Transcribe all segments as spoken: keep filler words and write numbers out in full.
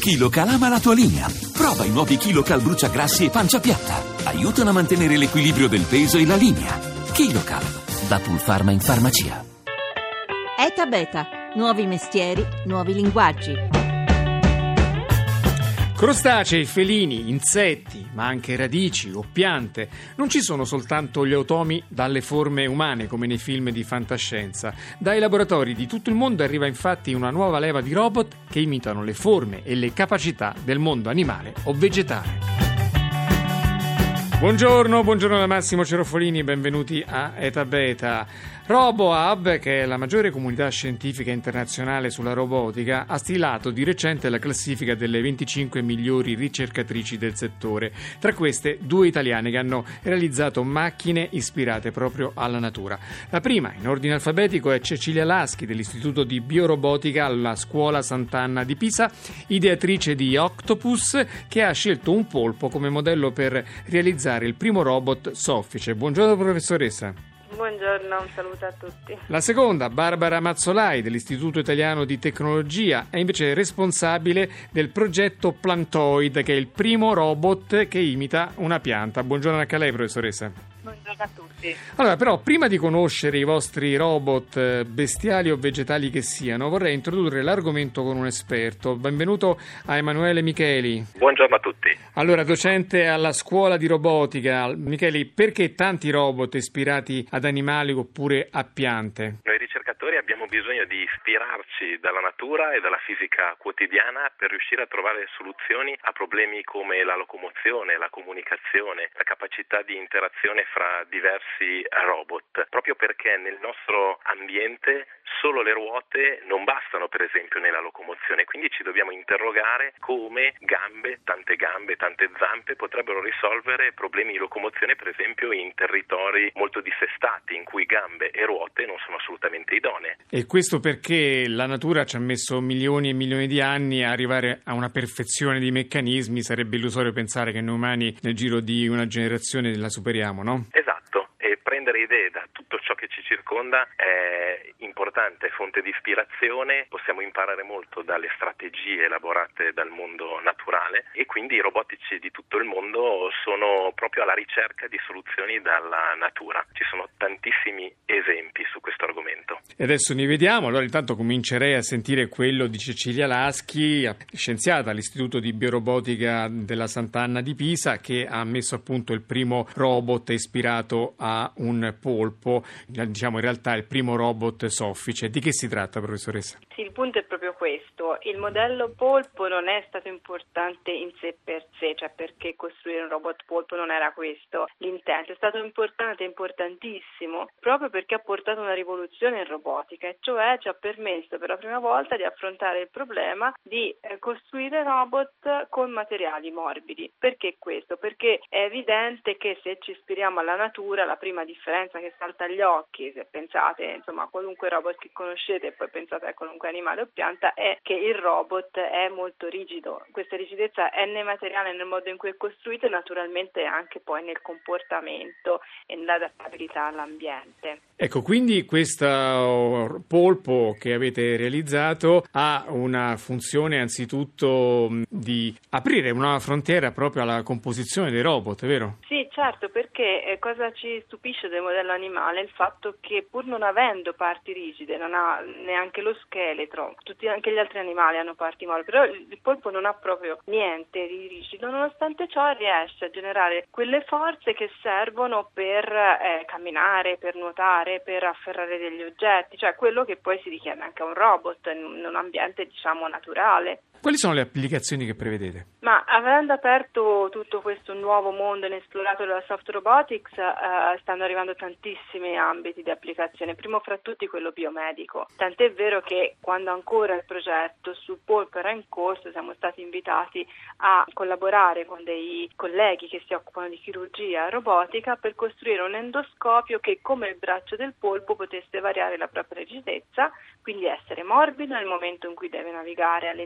KiloCal ama la tua linea. Prova i nuovi KiloCal bruciagrassi e pancia piatta. Aiutano a mantenere l'equilibrio del peso e la linea. KiloCal, da Pulpharma in farmacia. Eta Beta, nuovi mestieri, nuovi linguaggi. Crostacei, felini, insetti, ma anche radici o piante. Non ci sono soltanto gli automi dalle forme umane come nei film di fantascienza. Dai laboratori di tutto il mondo arriva infatti una nuova leva di robot che imitano le forme e le capacità del mondo animale o vegetale. Buongiorno, buongiorno da Massimo Cerofolini, benvenuti a Eta Beta. RoboHub, che è la maggiore comunità scientifica internazionale sulla robotica, ha stilato di recente la classifica delle venticinque migliori ricercatrici del settore. Tra queste, due italiane che hanno realizzato macchine ispirate proprio alla natura. La prima, in ordine alfabetico, è Cecilia Laschi dell'Istituto di Biorobotica alla Scuola Sant'Anna di Pisa, ideatrice di Octopus, che ha scelto un polpo come modello per realizzare il primo robot soffice. Buongiorno professoressa. Buongiorno, un saluto a tutti. La seconda, Barbara Mazzolai dell'Istituto Italiano di Tecnologia, è invece responsabile del progetto Plantoid, che è il primo robot che imita una pianta. Buongiorno anche a lei, professoressa. Buongiorno a tutti. Allora, però, prima di conoscere i vostri robot, bestiali o vegetali che siano, vorrei introdurre l'argomento con un esperto. Benvenuto a Emanuele Micheli. Buongiorno a tutti. Allora, docente alla scuola di robotica. Micheli, perché tanti robot ispirati ad animali oppure a piante? Noi ricercatori abbiamo bisogno di ispirarci dalla natura e dalla fisica quotidiana per riuscire a trovare soluzioni a problemi come la locomozione, la comunicazione, la capacità di interazione fra diversi robot, proprio perché nel nostro ambiente solo le ruote non bastano, per esempio, nella locomozione, quindi ci dobbiamo interrogare come gambe, tante gambe, tante zampe potrebbero risolvere problemi di locomozione, per esempio in territori molto dissestati in cui gambe e ruote non sono assolutamente idonee. E questo perché la natura ci ha messo milioni e milioni di anni a arrivare a una perfezione di meccanismi. Sarebbe illusorio pensare che noi umani nel giro di una generazione la superiamo, no? Esatto, e prendere idee da tutto ciò che ci circonda è importante, è fonte di ispirazione, possiamo imparare molto dalle strategie elaborate dal mondo naturale e quindi i robotici di tutto il mondo sono proprio alla ricerca di soluzioni dalla natura. Ci sono tantissimi esempi su questo argomento. E adesso ne vediamo. Allora intanto comincerei a sentire quello di Cecilia Laschi, scienziata all'Istituto di Biorobotica della Sant'Anna di Pisa, che ha messo a punto il primo robot ispirato a un polpo, diciamo in realtà il primo robot soffice. Di che si tratta, professoressa? Sì, il punto è proprio questo. Il modello polpo non è stato importante in sé per sé, cioè perché costruire un robot polpo non era questo l'intento. È stato importante, importantissimo, proprio perché ha portato una rivoluzione in robotica, e cioè ci ha permesso per la prima volta di affrontare il problema di eh, costruire robot con materiali morbidi. Perché questo? Perché è evidente che se ci ispiriamo alla natura, la prima differenza che salta agli occhi, se pensate insomma a qualunque robot che conoscete e poi pensate a qualunque animale o pianta, è che il robot è molto rigido. Questa rigidezza è nel materiale, nel modo in cui è costruito e naturalmente anche poi nel comportamento e nell'adattabilità all'ambiente. Ecco, quindi questo polpo che avete realizzato ha una funzione anzitutto di aprire una frontiera proprio alla composizione dei robot, vero? Sì, certo, perché eh, cosa ci stupisce del modello animale? Il fatto che pur non avendo parti rigide, non ha neanche lo scheletro, tutti anche gli altri animali hanno parti morbide, però il polpo non ha proprio niente di rigido, nonostante ciò riesce a generare quelle forze che servono per eh, camminare, per nuotare, per afferrare degli oggetti, cioè quello che poi si richiede anche a un robot in un ambiente, diciamo, naturale. Quali sono le applicazioni che prevedete? Ma avendo aperto tutto questo nuovo mondo inesplorato della soft robotics, eh, stanno arrivando tantissimi ambiti di applicazione, primo fra tutti quello biomedico. Tant'è vero che quando ancora il progetto sul polpo era in corso, siamo stati invitati a collaborare con dei colleghi che si occupano di chirurgia robotica per costruire un endoscopio che, come il braccio del polpo, potesse variare la propria rigidezza, quindi essere morbido nel momento in cui deve navigare all'interno del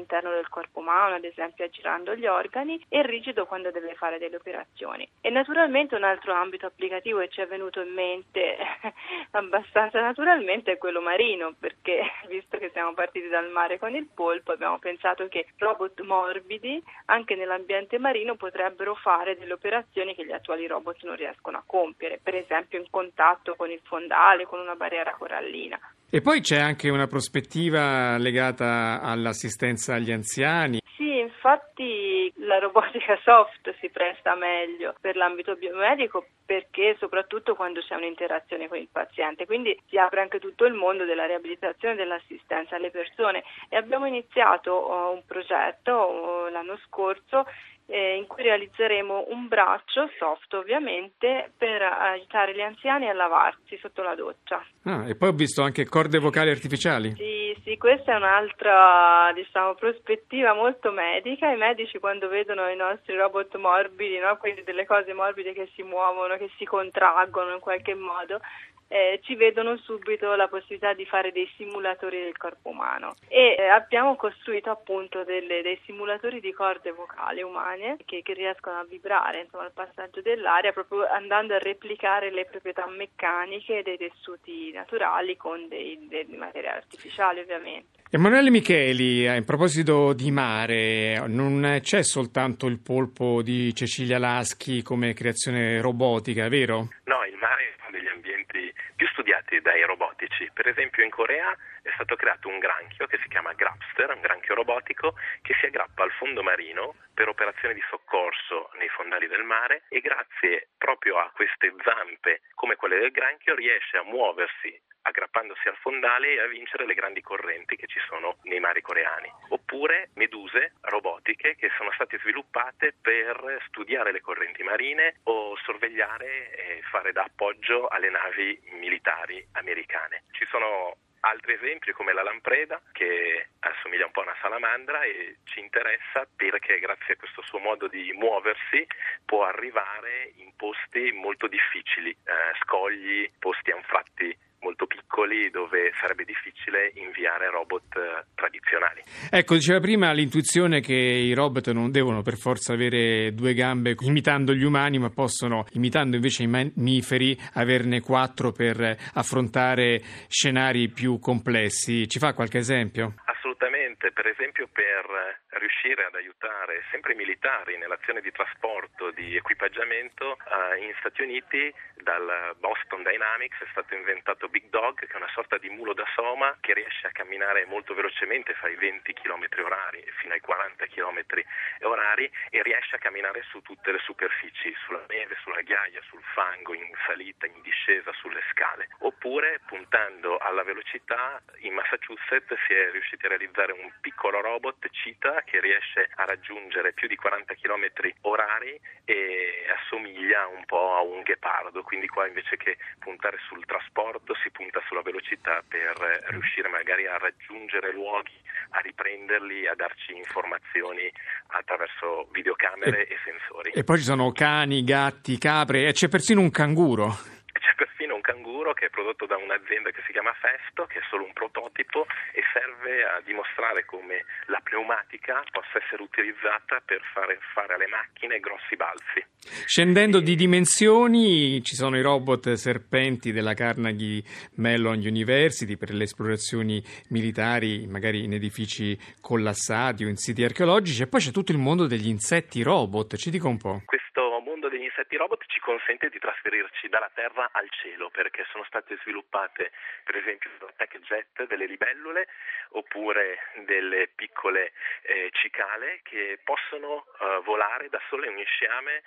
il corpo umano, ad esempio aggirando gli organi, e rigido quando deve fare delle operazioni. E naturalmente un altro ambito applicativo che ci è venuto in mente abbastanza naturalmente è quello marino, perché visto che siamo partiti dal mare con il polpo, abbiamo pensato che robot morbidi anche nell'ambiente marino potrebbero fare delle operazioni che gli attuali robot non riescono a compiere, per esempio in contatto con il fondale, con una barriera corallina. E poi c'è anche una prospettiva legata all'assistenza agli anziani. Sì, infatti la robotica soft si presta meglio per l'ambito biomedico, perché soprattutto quando c'è un'interazione con il paziente, quindi si apre anche tutto il mondo della riabilitazione e dell'assistenza alle persone, e abbiamo iniziato uh, un progetto uh, l'anno scorso eh, in cui realizzeremo un braccio soft ovviamente per aiutare gli anziani a lavarsi sotto la doccia. Ah, e poi ho visto anche corde vocali artificiali. Sì, sì, questa è un'altra, diciamo, prospettiva molto medica. I medici quando vedono i nostri robot morbidi, no, quindi delle cose morbide che si muovono, che si contraggono in qualche modo, Eh, ci vedono subito la possibilità di fare dei simulatori del corpo umano, e eh, abbiamo costruito appunto delle, dei simulatori di corde vocali umane che, che riescono a vibrare, insomma, al passaggio dell'aria, proprio andando a replicare le proprietà meccaniche dei tessuti naturali con dei, dei materiali artificiali ovviamente. Emanuele Micheli, in proposito di mare, non c'è soltanto il polpo di Cecilia Laschi come creazione robotica, vero? No, il mare è uno degli ambienti più studiati dai robotici. Per esempio in Corea è stato creato un granchio che si chiama Grabster, un granchio robotico che si aggrappa al fondo marino per operazioni di soccorso nei fondali del mare, e grazie proprio a queste zampe come quelle del granchio riesce a muoversi aggrappandosi al fondale e a vincere le grandi correnti che ci sono nei mari coreani. Oppure meduse robotiche che sono state sviluppate per studiare le correnti marine o sorvegliare e fare da appoggio alle navi militari americane. Ci sono altri esempi come la lampreda, che assomiglia un po' a una salamandra e ci interessa perché grazie a questo suo modo di muoversi può arrivare in posti molto difficili, eh, scogli, posti anfratti molto piccoli dove sarebbe difficile inviare robot eh, tradizionali. Ecco, diceva prima l'intuizione che i robot non devono per forza avere due gambe imitando gli umani, ma possono, imitando invece i mammiferi, averne quattro per affrontare scenari più complessi. Ci fa qualche esempio? Assolutamente, per esempio per riuscire ad aiutare sempre i militari nell'azione di trasporto di equipaggiamento, eh, in Stati Uniti dal Boston Dynamics è stato inventato Big Dog, che è una sorta di mulo da soma che riesce a camminare molto velocemente, fa i venti chilometri orari fino ai quaranta chilometri orari, e riesce a camminare su tutte le superfici, sulla neve, sulla ghiaia, sul fango, in salita, in discesa, sulle scale. Oppure, puntando alla velocità, in Massachusetts si è riusciti a realizzare un piccolo robot Cheetah che riesce a raggiungere più di quaranta chilometri orari e assomiglia un po' a un ghepardo, quindi qua invece che puntare sul trasporto si punta sulla velocità per riuscire magari a raggiungere luoghi, a riprenderli, a darci informazioni attraverso videocamere e, e sensori. E poi ci sono cani, gatti, capre e c'è persino un canguro. C'è persino un canguro che è prodotto da un'azienda che si chiama Festo, che è solo un prototipo e serve a dimostrare come la pneumatica possa essere utilizzata per fare fare alle macchine grossi balzi. Scendendo di dimensioni ci sono i robot serpenti della Carnegie Mellon University per le esplorazioni militari, magari in edifici collassati o in siti archeologici, e poi c'è tutto il mondo degli insetti robot. Ci dica un po'. Questo mondo degli insetti robot ci consente di trasferirci dalla terra al cielo, perché sono state sviluppate per esempio da tech jet delle libellule oppure delle piccole eh, cicale che possono eh, volare da sole in un sciame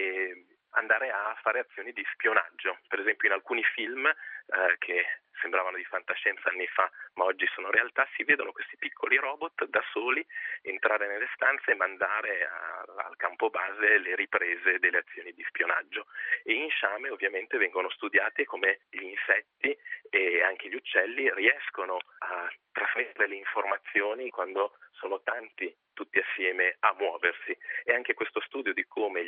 e andare a fare azioni di spionaggio. Per esempio in alcuni film eh, che sembravano di fantascienza anni fa, ma oggi sono realtà, si vedono questi piccoli robot da soli entrare nelle stanze e mandare a, al campo base le riprese delle azioni di spionaggio. E in sciame ovviamente vengono studiati come gli insetti e anche gli uccelli riescono a trasmettere le informazioni quando sono tanti tutti assieme a muoversi, e anche questo studio di come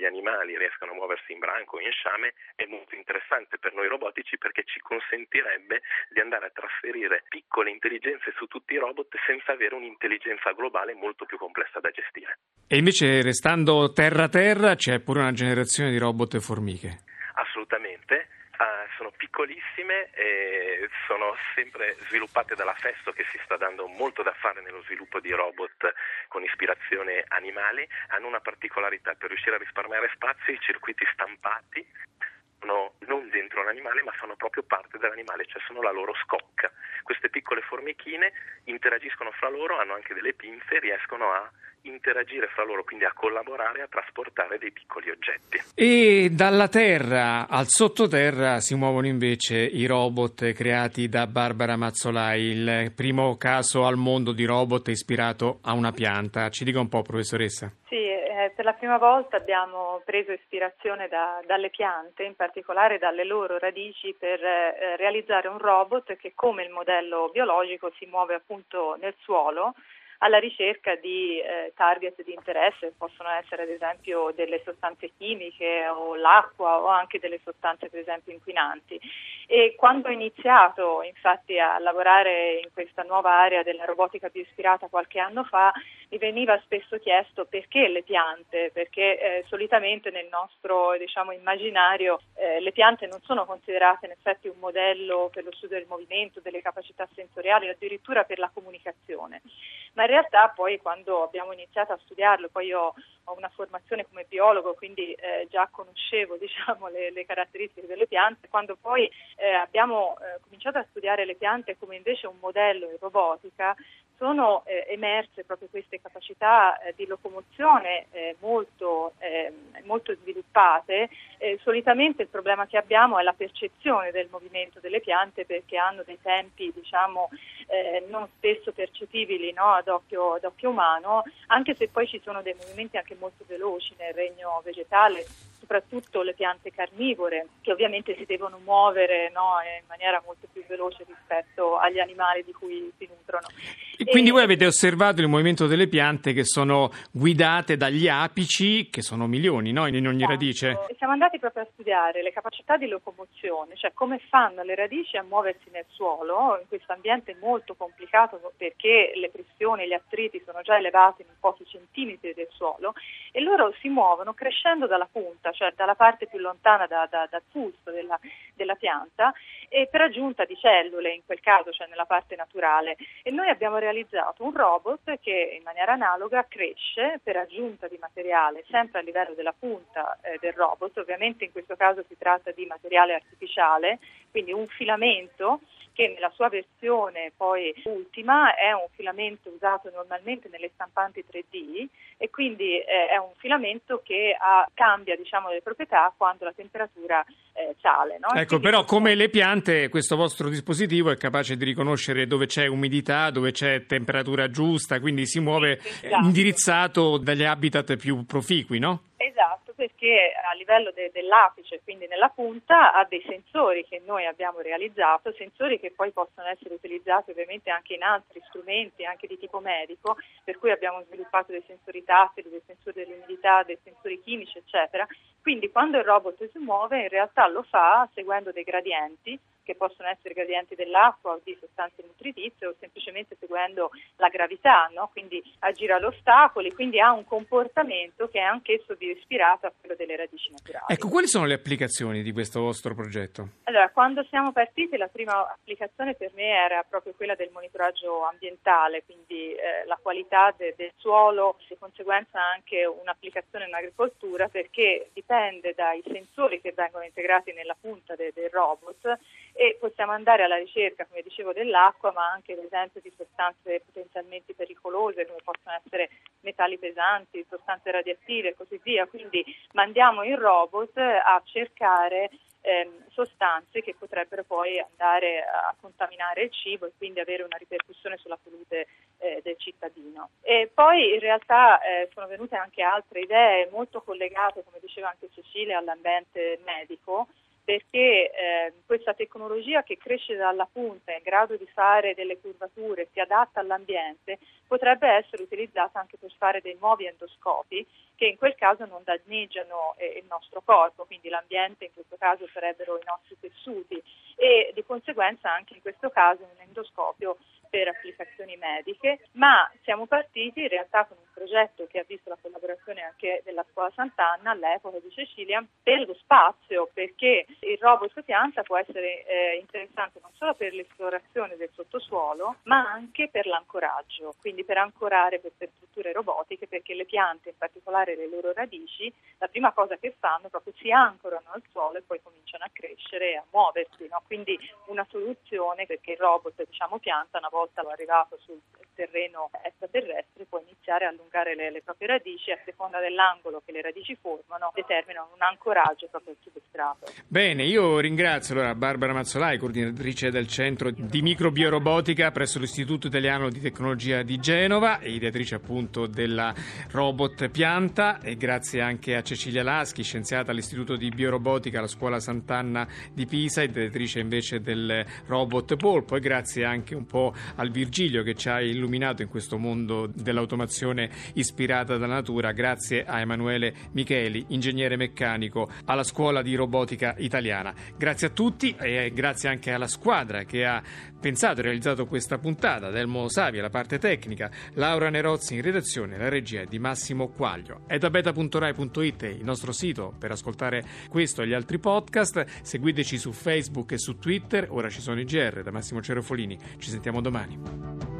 gli animali riescano a muoversi in branco o in sciame è molto interessante per noi robotici, perché ci consentirebbe di andare a trasferire piccole intelligenze su tutti i robot senza avere un'intelligenza globale molto più complessa da gestire. E invece, restando terra-terra, c'è pure una generazione di robot e formiche. Assolutamente. Uh, sono piccolissime e sono sempre sviluppate dalla Festo, che si sta dando molto da fare nello sviluppo di robot con ispirazione animale. Hanno una particolarità: per riuscire a risparmiare spazio, i circuiti stampati sono non dentro l'animale, ma fanno proprio parte dell'animale, cioè sono la loro scocca. Queste piccole formichine interagiscono fra loro, hanno anche delle pinze, riescono a interagire fra loro, quindi a collaborare, a trasportare dei piccoli oggetti. E dalla terra al sottoterra si muovono invece i robot creati da Barbara Mazzolai, il primo caso al mondo di robot ispirato a una pianta. Ci dica un po', professoressa. Sì, eh, per la prima volta abbiamo preso ispirazione da, dalle piante, in particolare dalle loro radici, per eh, realizzare un robot che, come il modello biologico, si muove appunto nel suolo alla ricerca di eh, target di interesse. Possono essere ad esempio delle sostanze chimiche o l'acqua o anche delle sostanze per esempio inquinanti. E quando ho iniziato infatti a lavorare in questa nuova area della robotica bioispirata qualche anno fa, mi veniva spesso chiesto perché le piante, perché eh, solitamente nel nostro diciamo immaginario eh, le piante non sono considerate in effetti un modello per lo studio del movimento, delle capacità sensoriali, addirittura per la comunicazione. Ma in realtà poi quando abbiamo iniziato a studiarlo, poi io ho una formazione come biologo, quindi eh, già conoscevo diciamo le, le caratteristiche delle piante, quando poi eh, abbiamo eh, cominciato a studiare le piante come invece un modello in robotica, sono eh, emerse proprio queste capacità eh, di locomozione eh, molto, eh, molto sviluppate. Eh, solitamente il problema che abbiamo è la percezione del movimento delle piante, perché hanno dei tempi diciamo eh, non spesso percepibili, no, ad occhio, ad occhio umano, anche se poi ci sono dei movimenti anche molto veloci nel regno vegetale, soprattutto le piante carnivore, che ovviamente si devono muovere, no, in maniera molto più veloce rispetto agli animali di cui si nutrono. E quindi e... voi avete osservato il movimento delle piante che sono guidate dagli apici, che sono milioni, no, in ogni radice? Siamo andati proprio a studiare le capacità di locomozione, cioè come fanno le radici a muoversi nel suolo in questo ambiente molto complicato, perché le pressioni e gli attriti sono già elevati in pochi centimetri del suolo, e loro si muovono crescendo dalla punta, cioè dalla parte più lontana da, da, dal fusto della, della pianta, e per aggiunta di cellule in quel caso, cioè nella parte naturale. E noi abbiamo realizzato un robot che in maniera analoga cresce per aggiunta di materiale sempre a livello della punta eh, del robot. Ovviamente in questo caso si tratta di materiale artificiale, quindi un filamento che nella sua versione poi ultima è un filamento usato normalmente nelle stampanti tre D, e quindi eh, è un filamento che ha, cambia diciamo le proprietà quando la temperatura eh, sale, no? Ecco, quindi, però come le piante questo vostro dispositivo è capace di riconoscere dove c'è umidità, dove c'è temperatura giusta, quindi si muove sì, esatto. indirizzato dagli habitat più proficui, no? Esatto, perché a livello de- dell'apice, quindi nella punta, ha dei sensori che noi abbiamo realizzato, sensori che poi possono essere utilizzati ovviamente anche in altri strumenti, anche di tipo medico, per cui abbiamo sviluppato dei sensori tattili, dei sensori dell'umidità, dei sensori chimici, eccetera. Quindi quando il robot si muove in realtà lo fa seguendo dei gradienti, che possono essere gradienti dell'acqua o di sostanze nutritizie, o semplicemente seguendo la gravità, no? Quindi aggira ad ostacoli, quindi ha un comportamento che è anch'esso bioispirato a quello delle radici naturali. Ecco, quali sono le applicazioni di questo vostro progetto? Allora, quando siamo partiti la prima applicazione per me era proprio quella del monitoraggio ambientale, quindi eh, la qualità de- del suolo, di conseguenza anche un'applicazione in agricoltura, perché dipende dai sensori che vengono integrati nella punta de- del robot, e possiamo andare alla ricerca, come dicevo, dell'acqua, ma anche ad esempio di sostanze potenzialmente pericolose come possono essere metalli pesanti, sostanze radioattive e così via. Quindi mandiamo il robot a cercare ehm, sostanze che potrebbero poi andare a contaminare il cibo e quindi avere una ripercussione sulla salute eh, del cittadino. E poi in realtà eh, sono venute anche altre idee molto collegate, come diceva anche Cecilia, all'ambiente medico, perché eh, questa tecnologia che cresce dalla punta, è in grado di fare delle curvature, si adatta all'ambiente, potrebbe essere utilizzata anche per fare dei nuovi endoscopi che in quel caso non danneggiano eh, il nostro corpo, quindi l'ambiente in questo caso sarebbero i nostri tessuti e di conseguenza anche in questo caso un endoscopio per applicazioni mediche, ma siamo partiti in realtà con un progetto che ha visto la collaborazione anche della Scuola Sant'Anna all'epoca di Cecilia per lo spazio, perché il robot pianta può essere eh, interessante non solo per l'esplorazione del sottosuolo, ma anche per l'ancoraggio, quindi per ancorare queste strutture robotiche, perché le piante, in particolare le loro radici, la prima cosa che fanno proprio si ancorano al suolo e poi cominciano a crescere e a muoversi, no? Quindi una soluzione perché il robot, diciamo pianta, una volta arrivato sul terreno extraterrestre può iniziare a allungare le, le proprie radici, a seconda dell'angolo che le radici formano determinano un ancoraggio proprio al substrato. Bene, io ringrazio allora Barbara Mazzolai, coordinatrice del Centro di Microbiorobotica presso l'Istituto Italiano di Tecnologia di Genova e ideatrice appunto della robot pianta, e grazie anche a Cecilia Laschi, scienziata all'Istituto di Biorobotica alla Scuola Sant'Anna di Pisa, ideatrice invece del robot polpo, e grazie anche un po' al Virgilio che ci ha illuminato in questo mondo dell'automazione ispirata dalla natura, grazie a Emanuele Micheli, ingegnere meccanico alla Scuola di Robotica Italiana. Grazie a tutti e grazie anche alla squadra che ha pensato e realizzato questa puntata, Delmo Savi alla parte tecnica, Laura Nerozzi in redazione, la regia è di Massimo Quaglio. etabeta punto rai punto it è il nostro sito per ascoltare questo e gli altri podcast, seguiteci su Facebook e su Twitter, ora ci sono i G R da Massimo Cerofolini, ci sentiamo domani.